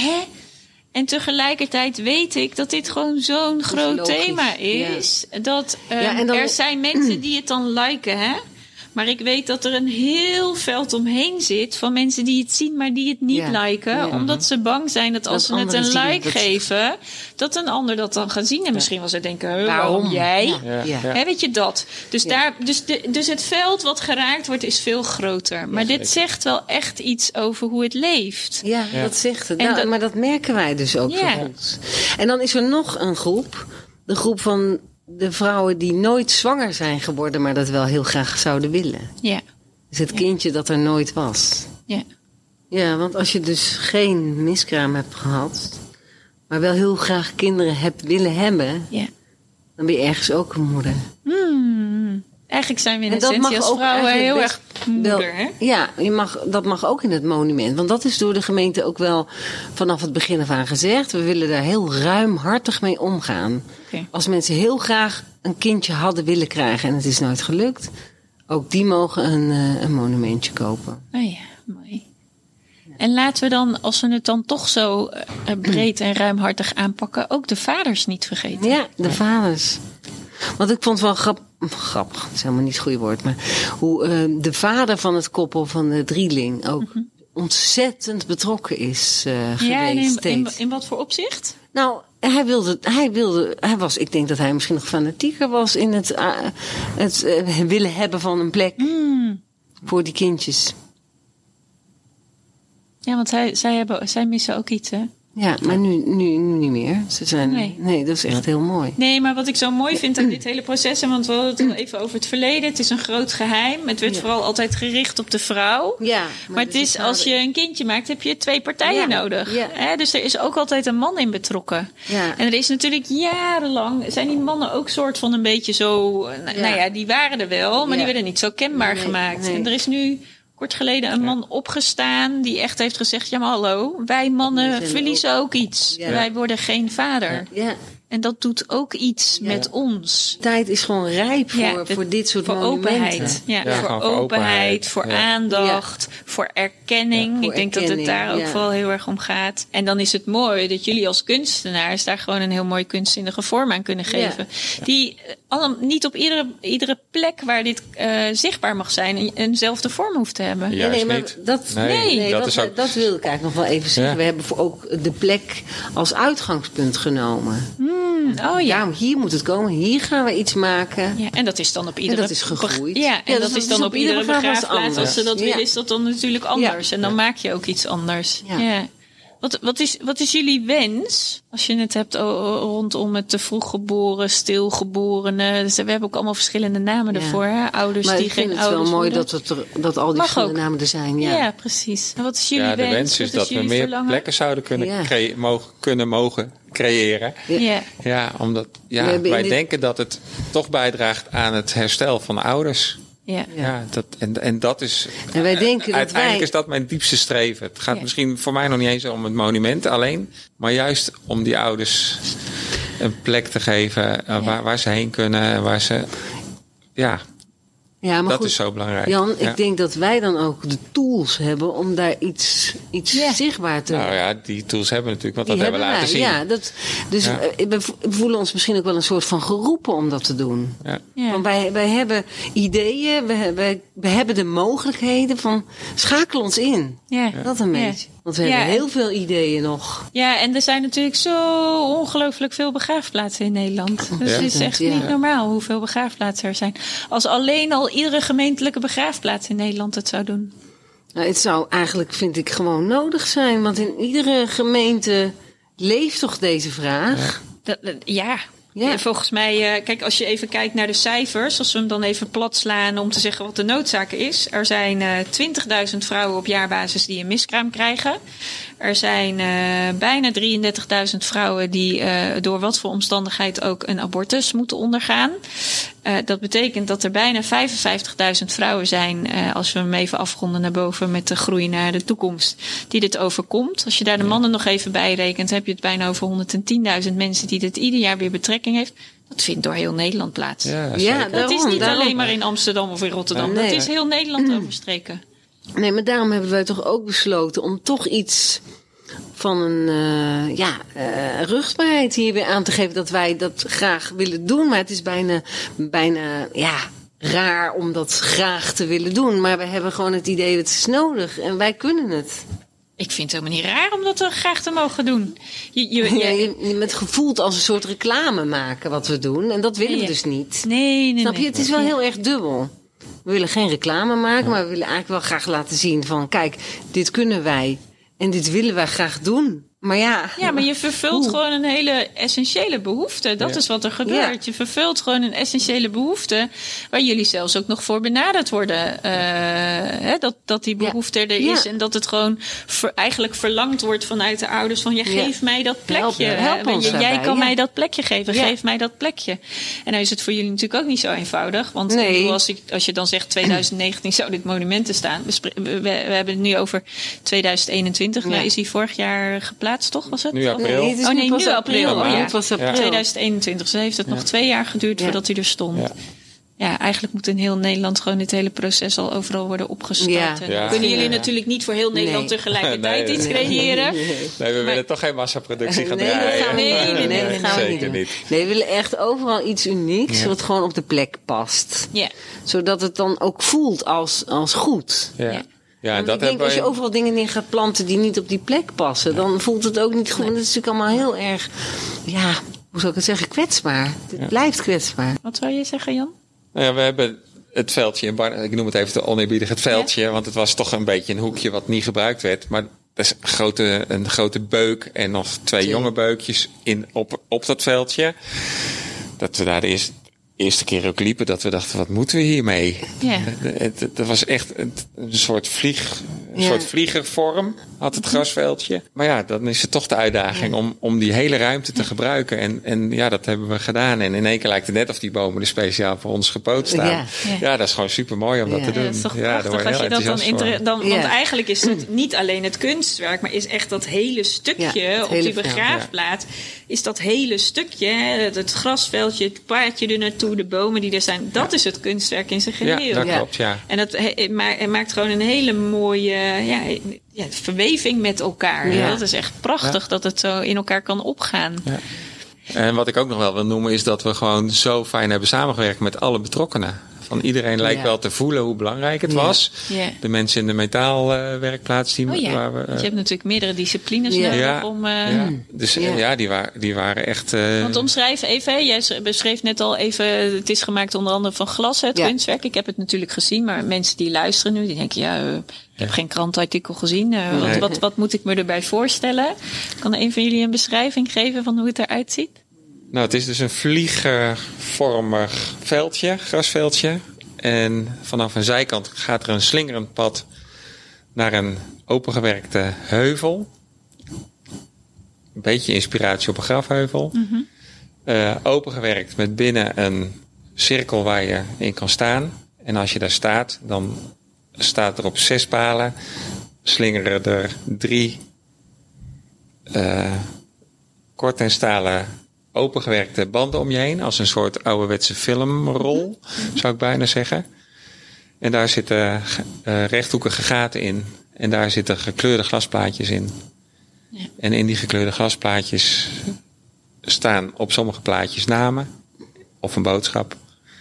Speaker 2: En tegelijkertijd weet ik dat dit gewoon zo'n groot thema is. Ja. Dat er zijn mensen die het dan liken, Maar ik weet dat er een heel veld omheen zit van mensen die het zien, maar die het niet liken. Ja. Omdat ze bang zijn dat als ze het een like geven, dat een ander dat dan gaat zien. En misschien wel ze denken, waarom jij? Ja. Weet je dat? Dus, dus het veld wat geraakt wordt is veel groter. Maar dit zegt wel echt iets over hoe het leeft.
Speaker 3: Ja, dat zegt het. Maar dat merken wij dus ook van ons. En dan is er nog een groep. De groep van... de vrouwen die nooit zwanger zijn geworden, maar dat wel heel graag zouden willen. Ja. Dus het kindje dat er nooit was. Ja. Ja, want als je dus geen miskraam hebt gehad, maar wel heel graag kinderen hebt willen hebben, dan ben je ergens ook een moeder.
Speaker 2: Eigenlijk zijn we in essentie als vrouwen heel erg moeder, hè?
Speaker 3: Ja, dat mag ook in het monument. Want dat is door de gemeente ook wel vanaf het begin af aan gezegd. We willen daar heel ruimhartig mee omgaan. Okay. Als mensen heel graag een kindje hadden willen krijgen en het is nooit gelukt, ook die mogen een monumentje kopen.
Speaker 2: Oh ja, mooi. En laten we dan, als we het dan toch zo breed en ruimhartig aanpakken, ook de vaders niet vergeten.
Speaker 3: Ja, de vaders. Want ik vond het wel grappig, dat is helemaal niet het goede woord, maar hoe de vader van het koppel van de drieling ook ontzettend betrokken is geweest.
Speaker 2: Ja, in wat voor opzicht?
Speaker 3: Nou, hij was, ik denk dat hij misschien nog fanatieker was in het willen hebben van een plek voor die kindjes.
Speaker 2: Ja, want zij missen ook iets, hè?
Speaker 3: Ja, maar nu niet meer. Ze zijn, nee, dat is echt heel mooi.
Speaker 2: Nee, maar wat ik zo mooi vind aan dit hele proces, want we hadden het al even over het verleden. Het is een groot geheim. Het werd vooral altijd gericht op de vrouw.
Speaker 3: Ja,
Speaker 2: maar het is, als je een kindje maakt, heb je 2 partijen nodig. Ja. Dus er is ook altijd een man in betrokken. Ja. En er is natuurlijk jarenlang, zijn die mannen ook soort van een beetje zo, nou ja, die waren er wel, maar die werden niet zo kenbaar gemaakt. Nee. En er is nu kort geleden een man opgestaan die echt heeft gezegd, ja maar hallo, wij mannen verliezen ook iets. Ja. Wij worden geen vader. Ja. En dat doet ook iets met ons.
Speaker 3: De tijd is gewoon rijp voor dit soort monumenten.
Speaker 2: Openheid. Voor openheid, voor aandacht, voor erkenning. Voor ik denk dat het daar ook vooral heel erg om gaat. En dan is het mooi dat jullie als kunstenaars daar gewoon een heel mooi kunstzinnige vorm aan kunnen geven. Ja. Die niet op iedere plek waar dit zichtbaar mag zijn eenzelfde vorm hoeft te hebben.
Speaker 4: Juist
Speaker 3: maar
Speaker 4: niet.
Speaker 3: Dat wil ik eigenlijk nog wel even zeggen. We hebben ook de plek als uitgangspunt genomen. Daarom, hier moet het komen. Hier gaan we iets maken.
Speaker 2: Ja, en dat is dan op iedere...
Speaker 3: En dat is gegroeid.
Speaker 2: Dat is dan op iedere begraafplaats. Als ze dat willen, is dat dan natuurlijk anders. Ja. En dan maak je ook iets anders. Ja. Wat is jullie wens? Als je het hebt rondom het te vroeg geboren, stilgeborene. Dus we hebben ook allemaal verschillende namen ervoor. Hè? Ouders
Speaker 3: maar
Speaker 2: die geen ouders
Speaker 3: worden. Maar ik vind het wel mooi dat al die verschillende namen er zijn. Ja,
Speaker 2: precies. En wat is jullie wens?
Speaker 4: De wens is dat we meer plekken zouden kunnen mogen creëren. Ja, omdat wij denken dat het toch bijdraagt aan het herstel van de ouders. Ja, dat is.
Speaker 3: En wij denken
Speaker 4: uiteindelijk is dat mijn diepste streven. Het gaat misschien voor mij nog niet eens om het monument alleen, maar juist om die ouders een plek te geven waar ze heen kunnen, waar ze. Ja, maar dat is zo belangrijk.
Speaker 3: Jan, ik denk dat wij dan ook de tools hebben om daar iets zichtbaar te...
Speaker 4: Nou ja, die tools hebben we natuurlijk, want dat hebben we laten zien.
Speaker 3: Ja, we voelen ons misschien ook wel een soort van geroepen om dat te doen. Ja. Want wij hebben ideeën, we hebben de mogelijkheden van schakel ons in. Ja. Dat een beetje. Want we hebben heel veel ideeën nog.
Speaker 2: Ja, en er zijn natuurlijk zo ongelooflijk veel begraafplaatsen in Nederland. Dus het is echt niet normaal hoeveel begraafplaatsen er zijn. Als alleen al iedere gemeentelijke begraafplaats in Nederland het zou doen.
Speaker 3: Nou, het zou eigenlijk, vind ik, gewoon nodig zijn. Want in iedere gemeente leeft toch deze vraag?
Speaker 2: Ja. Volgens mij, kijk, als je even kijkt naar de cijfers, als we hem dan even plat slaan om te zeggen wat de noodzaak is. Er zijn 20.000 vrouwen op jaarbasis die een miskraam krijgen. Er zijn bijna 33.000 vrouwen die door wat voor omstandigheid ook een abortus moeten ondergaan. Dat betekent dat er bijna 55.000 vrouwen zijn, als we hem even afronden naar boven met de groei naar de toekomst, die dit overkomt. Als je daar de mannen nog even bij rekent, heb je het bijna over 110.000 mensen die dit ieder jaar weer betrekking heeft. Dat vindt door heel Nederland plaats. Dat is niet alleen maar in Amsterdam of in Rotterdam. Nee. Dat is heel Nederland overstreken.
Speaker 3: Nee, maar daarom hebben wij toch ook besloten om toch iets van een rugbaarheid hier weer aan te geven dat wij dat graag willen doen. Maar het is bijna raar om dat graag te willen doen. Maar we hebben gewoon het idee dat het is nodig en wij kunnen het.
Speaker 2: Ik vind het helemaal niet raar om dat graag te mogen doen.
Speaker 3: Je met gevoeld als een soort reclame maken wat we doen. En dat willen we dus niet.
Speaker 2: Nee.
Speaker 3: Snap je? Het is wel heel erg dubbel. We willen geen reclame maken, maar we willen eigenlijk wel graag laten zien van, kijk, dit kunnen wij. En dit willen wij graag doen. Maar
Speaker 2: maar je vervult gewoon een hele essentiële behoefte. Dat is wat er gebeurt. Ja. Je vervult gewoon een essentiële behoefte waar jullie zelfs ook nog voor benaderd worden. Dat die behoefte er is en dat het gewoon eigenlijk verlangd wordt vanuit de ouders van geef mij dat plekje.
Speaker 3: Help ons
Speaker 2: jij kan mij dat plekje geven. Geef mij dat plekje. En nou is het voor jullie natuurlijk ook niet zo eenvoudig. Want als je dan zegt 2019 zou dit monument staan. We hebben het nu over 2021. Nou is hij vorig jaar geplaatst. Toch was het?
Speaker 4: Nu april.
Speaker 2: Nu april.
Speaker 3: Het was april.
Speaker 2: 2021. Dus heeft het nog 2 jaar geduurd voordat hij er stond. Ja, eigenlijk moet in heel Nederland gewoon dit hele proces al overal worden opgestart. Kunnen jullie natuurlijk niet voor heel Nederland tegelijkertijd iets creëren.
Speaker 4: Nee, we willen toch geen massaproductie gaan draaien.
Speaker 3: Nee, dat gaan we zeker niet. Nee, we willen echt overal iets unieks wat gewoon op de plek past. Ja. Zodat het dan ook voelt als goed. Ja.
Speaker 4: Ja,
Speaker 3: ik denk als je overal dingen in gaat planten die niet op die plek passen, dan voelt het ook niet goed. Nee. Dat is natuurlijk allemaal heel erg, hoe zou ik het zeggen, kwetsbaar. Het blijft kwetsbaar.
Speaker 2: Wat zou je zeggen, Jan?
Speaker 4: Nou ja, we hebben het veldje in Barneveld, ik noem het even te oneerbiedig het veldje, want het was toch een beetje een hoekje wat niet gebruikt werd. Maar dat is een grote beuk en nog 2 jonge beukjes op dat veldje. Dat we daar de eerste keer ook liepen, dat we dachten, wat moeten we hiermee?
Speaker 2: Ja.
Speaker 4: Dat was echt een soort soort vliegervorm had het grasveldje. Maar ja, dan is het toch de uitdaging om die hele ruimte te gebruiken. En ja, dat hebben we gedaan. En in één keer lijkt het net of die bomen er speciaal voor ons gepoot staan. Ja, dat is gewoon super mooi om dat te doen.
Speaker 2: Ja, dat is toch prachtig als je dat dan want eigenlijk is het niet alleen het kunstwerk, maar is echt dat hele stukje op die begraafplaats. Is dat hele stukje, het grasveldje, het paadje er naartoe, de bomen die er zijn. Dat is het kunstwerk in zijn geheel.
Speaker 4: Ja, dat klopt, ja.
Speaker 2: En het maakt gewoon een hele mooie verweving met elkaar. Ja. Dat is echt prachtig dat het zo in elkaar kan opgaan. Ja.
Speaker 4: En wat ik ook nog wel wil noemen is dat we gewoon zo fijn hebben samengewerkt met alle betrokkenen. Van iedereen lijkt wel te voelen hoe belangrijk het was. Ja. De mensen in de metaalwerkplaats.
Speaker 2: Je hebt natuurlijk meerdere disciplines nodig om...
Speaker 4: Dus die waren echt...
Speaker 2: Want omschrijf even, jij beschreef net al even... Het is gemaakt onder andere van glas, het kunstwerk. Ik heb het natuurlijk gezien, maar mensen die luisteren nu... die denken, ik heb geen krantartikel gezien. Wat moet ik me erbij voorstellen? Kan een van jullie een beschrijving geven van hoe het eruit ziet?
Speaker 4: Nou, het is dus een vliegervormig veldje, grasveldje. En vanaf een zijkant gaat er een slingerend pad naar een opengewerkte heuvel. Een beetje inspiratie op een grafheuvel. Mm-hmm. Opengewerkt met binnen een cirkel waar je in kan staan. En als je daar staat, dan staat er op 6 palen, slingeren er 3 kort en stalen opengewerkte banden om je heen. Als een soort ouderwetse filmrol, zou ik bijna zeggen. En daar zitten rechthoekige gaten in. En daar zitten gekleurde glasplaatjes in. Ja. En in die gekleurde glasplaatjes staan op sommige plaatjes namen. Of een boodschap.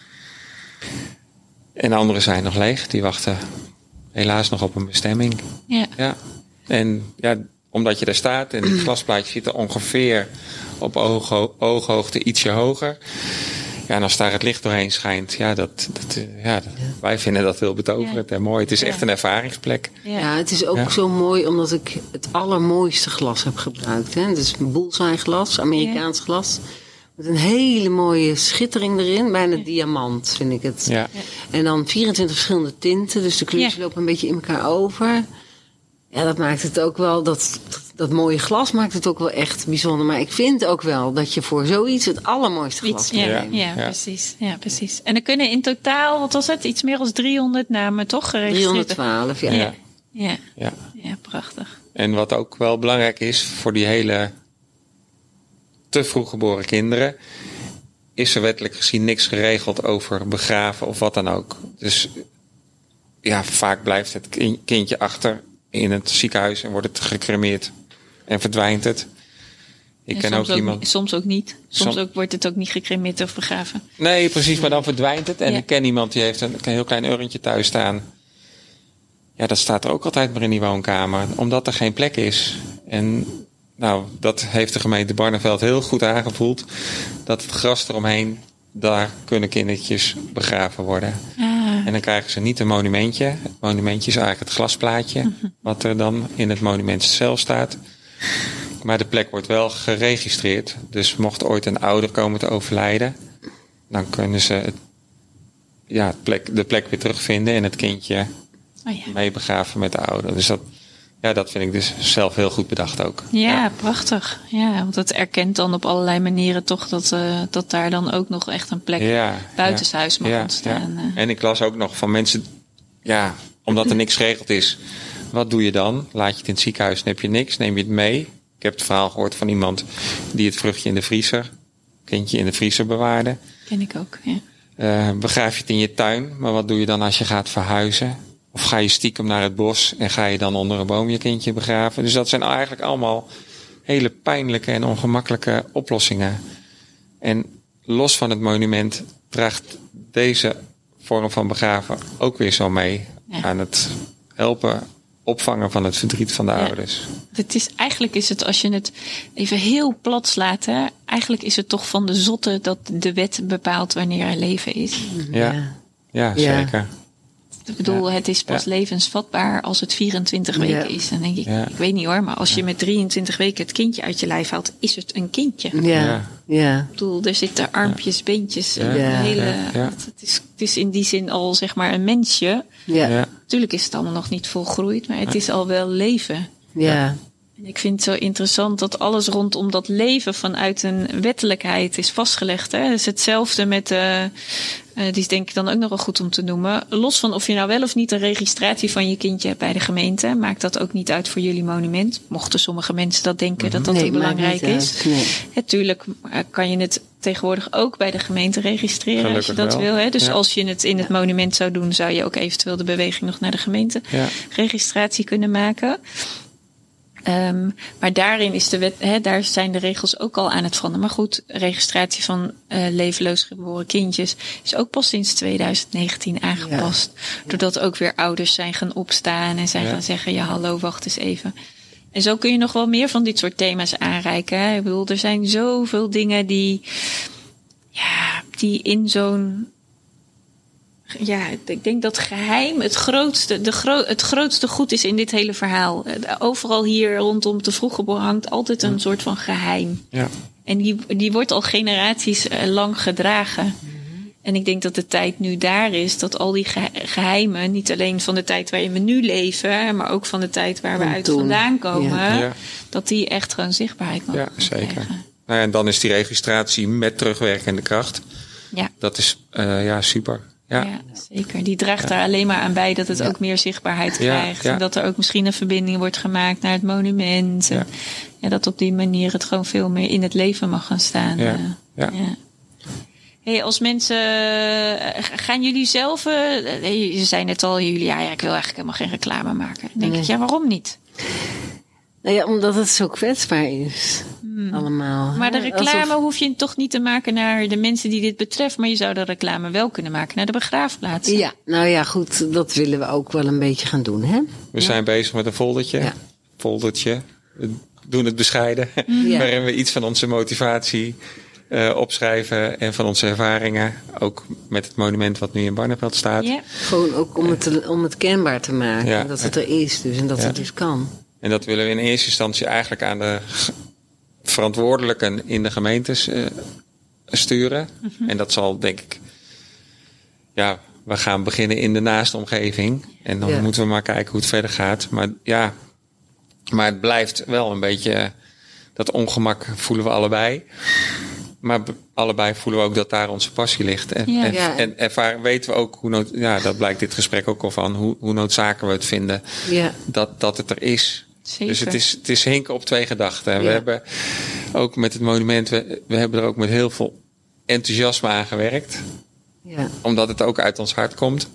Speaker 4: En andere zijn nog leeg. Die wachten helaas nog op een bestemming. Ja. En omdat je daar staat en die glasplaatjes zitten ongeveer op ooghoogte ietsje hoger. Ja, en als daar het licht doorheen schijnt, wij vinden dat heel betoverend en mooi. Het is echt een ervaringsplek.
Speaker 3: Ja, het is ook zo mooi omdat ik het allermooiste glas heb gebruikt. Hè? Het is bullseye glas, Amerikaans glas. Met een hele mooie schittering erin, bijna diamant vind ik het. Ja. En dan 24 verschillende tinten, dus de kleurtjes lopen een beetje in elkaar over. Ja, dat maakt het ook wel, dat mooie glas maakt het ook wel echt bijzonder. Maar ik vind ook wel dat je voor zoiets het allermooiste glas
Speaker 2: hebt. Ja, precies. En er kunnen in totaal, wat was het, iets meer dan 300 namen toch geregistreerd?
Speaker 3: 312,
Speaker 2: Ja, prachtig.
Speaker 4: En wat ook wel belangrijk is voor die hele te vroeg geboren kinderen, is er wettelijk gezien niks geregeld over begraven of wat dan ook. Dus vaak blijft het kindje achter in het ziekenhuis en wordt het gecremeerd en verdwijnt het. Ik ken ook iemand.
Speaker 2: Soms ook niet. Soms ook wordt het ook niet gecremeerd of begraven.
Speaker 4: Nee, precies, maar dan verdwijnt het. En ik ken iemand die heeft een heel klein urntje thuis staan. Ja, dat staat er ook altijd maar in die woonkamer, omdat er geen plek is. En dat heeft de gemeente Barneveld heel goed aangevoeld. Dat het gras eromheen, daar kunnen kindertjes begraven worden. En dan krijgen ze niet een monumentje. Het monumentje is eigenlijk het glasplaatje, wat er dan in het monument zelf staat. Maar de plek wordt wel geregistreerd. Dus mocht ooit een ouder komen te overlijden, dan kunnen ze de plek weer terugvinden en het kindje mee begraven met de ouder. Dus dat vind ik dus zelf heel goed bedacht ook.
Speaker 2: Ja, prachtig. Ja, want het erkent dan op allerlei manieren toch dat daar dan ook nog echt een plek buitenshuis mag ontstaan.
Speaker 4: Ja. En ik las ook nog van mensen, omdat er niks geregeld is, wat doe je dan? Laat je het in het ziekenhuis, dan heb je niks, neem je het mee. Ik heb het verhaal gehoord van iemand die het vruchtje in de vriezer, kindje in de vriezer bewaarde.
Speaker 2: Ken ik ook, ja.
Speaker 4: Begraaf je het in je tuin, maar wat doe je dan als je gaat verhuizen? Of ga je stiekem naar het bos en ga je dan onder een boom je kindje begraven? Dus dat zijn eigenlijk allemaal hele pijnlijke en ongemakkelijke oplossingen. En los van het monument draagt deze vorm van begraven ook weer zo mee aan het helpen opvangen van het verdriet van de ouders.
Speaker 2: Eigenlijk is het, als je het even heel plat slaat, hè, eigenlijk is het toch van de zotte dat de wet bepaalt wanneer er leven is.
Speaker 4: Ja, zeker.
Speaker 2: Ik bedoel, het is pas levensvatbaar als het 24 weken is. Dan denk ik, ik weet niet hoor, maar als je met 23 weken het kindje uit je lijf haalt, is het een kindje. Ik bedoel, er zitten armpjes, beentjes, het is in die zin al zeg maar een mensje. Natuurlijk is het allemaal nog niet volgroeid, maar het is al wel leven. En ik vind het zo interessant dat alles rondom dat leven vanuit een wettelijkheid is vastgelegd. Hè? Dus hetzelfde met, die is denk ik dan ook nog wel goed om te noemen. Los van of je nou wel of niet een registratie van je kindje hebt bij de gemeente, maakt dat ook niet uit voor jullie monument. Mochten sommige mensen dat denken dat dat belangrijk is. Natuurlijk kan je het tegenwoordig ook bij de gemeente registreren. Gelukkig als je dat wil. Hè? Dus als je het in het monument zou doen, zou je ook eventueel de beweging nog naar de gemeente registratie kunnen maken. Maar daarin is de wet, daar zijn de regels ook al aan het veranderen. Maar goed, registratie van levenloos geboren kindjes is ook pas sinds 2019 aangepast. Doordat ook weer ouders zijn gaan opstaan en zijn gaan zeggen, ja hallo, wacht eens even. En zo kun je nog wel meer van dit soort thema's aanreiken. Hè? Ik bedoel, er zijn zoveel dingen die in zo'n... Ja, ik denk dat geheim het grootste goed is in dit hele verhaal. Overal hier rondom de vroeggeboren hangt altijd een soort van geheim. Ja. En die wordt al generaties lang gedragen. En ik denk dat de tijd nu daar is dat al die geheimen, niet alleen van de tijd waarin we nu leven, maar ook van de tijd waar we uit vandaan komen, dat die echt gewoon zichtbaarheid mogen
Speaker 4: zeker. Krijgen. Nou ja, en dan is die registratie met terugwerkende kracht. Ja. Dat is super. Ja,
Speaker 2: zeker. Die draagt daar alleen maar aan bij dat het ook meer zichtbaarheid krijgt. En dat er ook misschien een verbinding wordt gemaakt naar het monument. En dat op die manier het gewoon veel meer in het leven mag gaan staan. Hey, als mensen, gaan jullie zelf, je zei net al, jullie, ik wil eigenlijk helemaal geen reclame maken. Dan denk ik, waarom niet?
Speaker 3: Nou ja, omdat het zo kwetsbaar is. Allemaal.
Speaker 2: Maar de reclame hoef je toch niet te maken naar de mensen die dit betreft. Maar je zou de reclame wel kunnen maken naar de begraafplaatsen.
Speaker 3: Ja, nou ja, goed. Dat willen we ook wel een beetje gaan doen, hè?
Speaker 4: We zijn bezig met een foldertje. We doen het bescheiden. Waarin we iets van onze motivatie opschrijven. En van onze ervaringen. Ook met het monument wat nu in Barneveld staat. Ja.
Speaker 3: Gewoon ook om het kenbaar te maken. Ja. Dat het er is dus. En dat het dus kan.
Speaker 4: En dat willen we in eerste instantie eigenlijk aan de verantwoordelijken in de gemeentes sturen. En dat zal, denk ik, we gaan beginnen in de naaste omgeving. En dan moeten we maar kijken hoe het verder gaat. Maar het blijft wel een beetje, dat ongemak voelen we allebei. Maar allebei voelen we ook dat daar onze passie ligt. En weten we ook, dat blijkt dit gesprek ook al van, hoe noodzakelijk we het vinden dat het er is. Zeker. Dus het is hinken op twee gedachten. Ja. We hebben ook met het monument, we hebben er ook met heel veel enthousiasme aan gewerkt. Ja. Omdat het ook uit ons hart komt.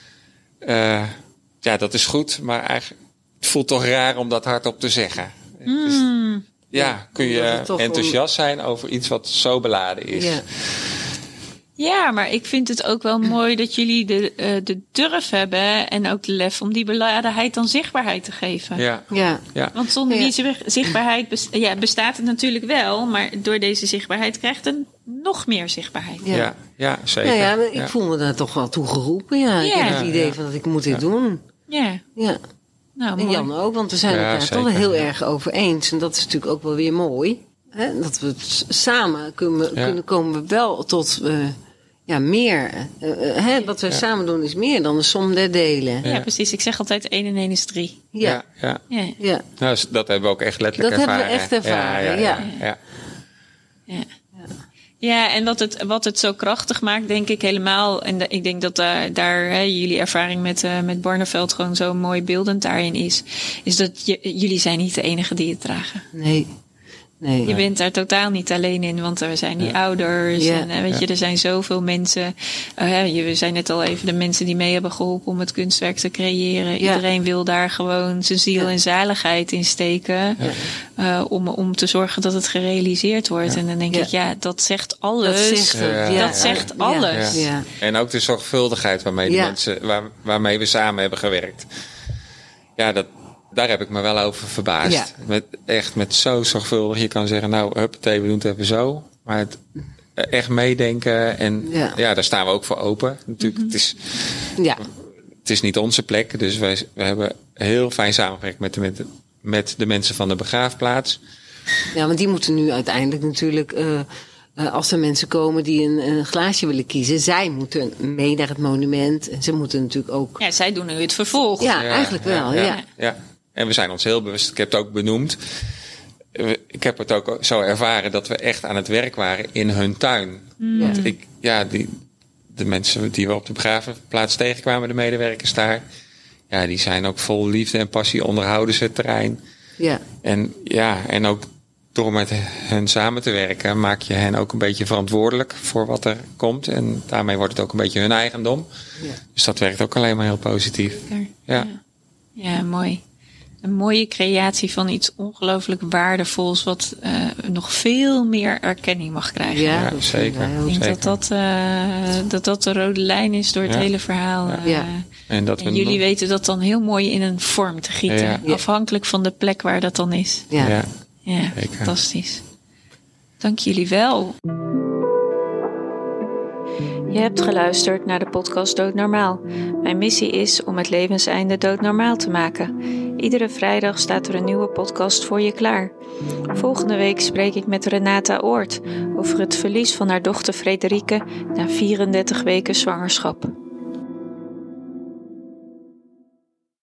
Speaker 4: Dat is goed, maar eigenlijk, het voelt toch raar om dat hardop te zeggen. Dus, kun je enthousiast zijn over iets wat zo beladen is.
Speaker 3: Ja.
Speaker 2: Ja, maar ik vind het ook wel mooi dat jullie de durf hebben en ook de lef om die beladenheid dan zichtbaarheid te geven. Ja. Want zonder die zichtbaarheid bestaat het natuurlijk wel, maar door deze zichtbaarheid krijgt het nog meer zichtbaarheid.
Speaker 4: Ja, zeker.
Speaker 3: Ik voel me daar toch wel toe geroepen. Ik heb het idee van dat ik moet dit doen. Ja. Nou, en Jan ook, want we zijn het daar toch wel heel erg over eens. En dat is natuurlijk ook wel weer mooi. Hè? Dat we samen kunnen komen wel tot meer. Wat we samen doen is meer dan de som der delen.
Speaker 2: Ja, precies. Ik zeg altijd 1 en 1 is 3.
Speaker 4: Ja. Nou, dat hebben we ook echt letterlijk ervaren.
Speaker 3: Dat hebben we echt ervaren,
Speaker 2: Ja, en wat het zo krachtig maakt, denk ik helemaal. En ik denk dat daar jullie ervaring met Barneveld gewoon zo mooi beeldend daarin is dat jullie zijn niet de enige die het dragen.
Speaker 3: Nee.
Speaker 2: Je bent daar totaal niet alleen in, want er zijn die ouders. En er zijn zoveel mensen. We zijn net al even de mensen die mee hebben geholpen om het kunstwerk te creëren. Iedereen wil daar gewoon zijn ziel en zaligheid in steken. Om te zorgen dat het gerealiseerd wordt. En dan denk ik, dat zegt alles. Dat zegt alles.
Speaker 4: Ja. En ook de zorgvuldigheid waarmee die mensen, waarmee we samen hebben gewerkt. daar heb ik me wel over verbaasd.
Speaker 3: Ja.
Speaker 4: Met zo zorgvuldig. Je kan zeggen, nou, huppatee, we doen het even zo. Maar het echt meedenken. En daar staan we ook voor open. Natuurlijk, het is niet onze plek. Dus we hebben heel fijn samengewerkt met de mensen van de begraafplaats.
Speaker 3: Ja, want die moeten nu uiteindelijk natuurlijk... als er mensen komen die een glaasje willen kiezen... zij moeten mee naar het monument. En ze moeten natuurlijk ook...
Speaker 2: Ja, zij doen nu het vervolg.
Speaker 3: Ja, eigenlijk wel, ja.
Speaker 4: En we zijn ons heel bewust, ik heb het ook benoemd... Ik heb het ook zo ervaren dat we echt aan het werk waren in hun tuin. Want de mensen die we op de begraafplaats tegenkwamen, de medewerkers daar... Ja, die zijn ook vol liefde en passie, onderhouden ze het terrein. Ja. En ook door met hen samen te werken, maak je hen ook een beetje verantwoordelijk voor wat er komt. En daarmee wordt het ook een beetje hun eigendom. Ja. Dus dat werkt ook alleen maar heel positief.
Speaker 2: Ja, mooi. Een mooie creatie van iets ongelooflijk waardevols, wat nog veel meer erkenning mag krijgen.
Speaker 4: Ja, zeker.
Speaker 2: Ik denk dat de rode lijn is door het hele verhaal. En jullie weten dat dan heel mooi in een vorm te gieten. Afhankelijk van de plek waar dat dan is. Ja, fantastisch. Dank jullie wel.
Speaker 1: Je hebt geluisterd naar de podcast Doodnormaal. Mijn missie is om het levenseinde doodnormaal te maken. Iedere vrijdag staat er een nieuwe podcast voor je klaar. Volgende week spreek ik met Renata Oort over het verlies van haar dochter Frederike na 34 weken zwangerschap.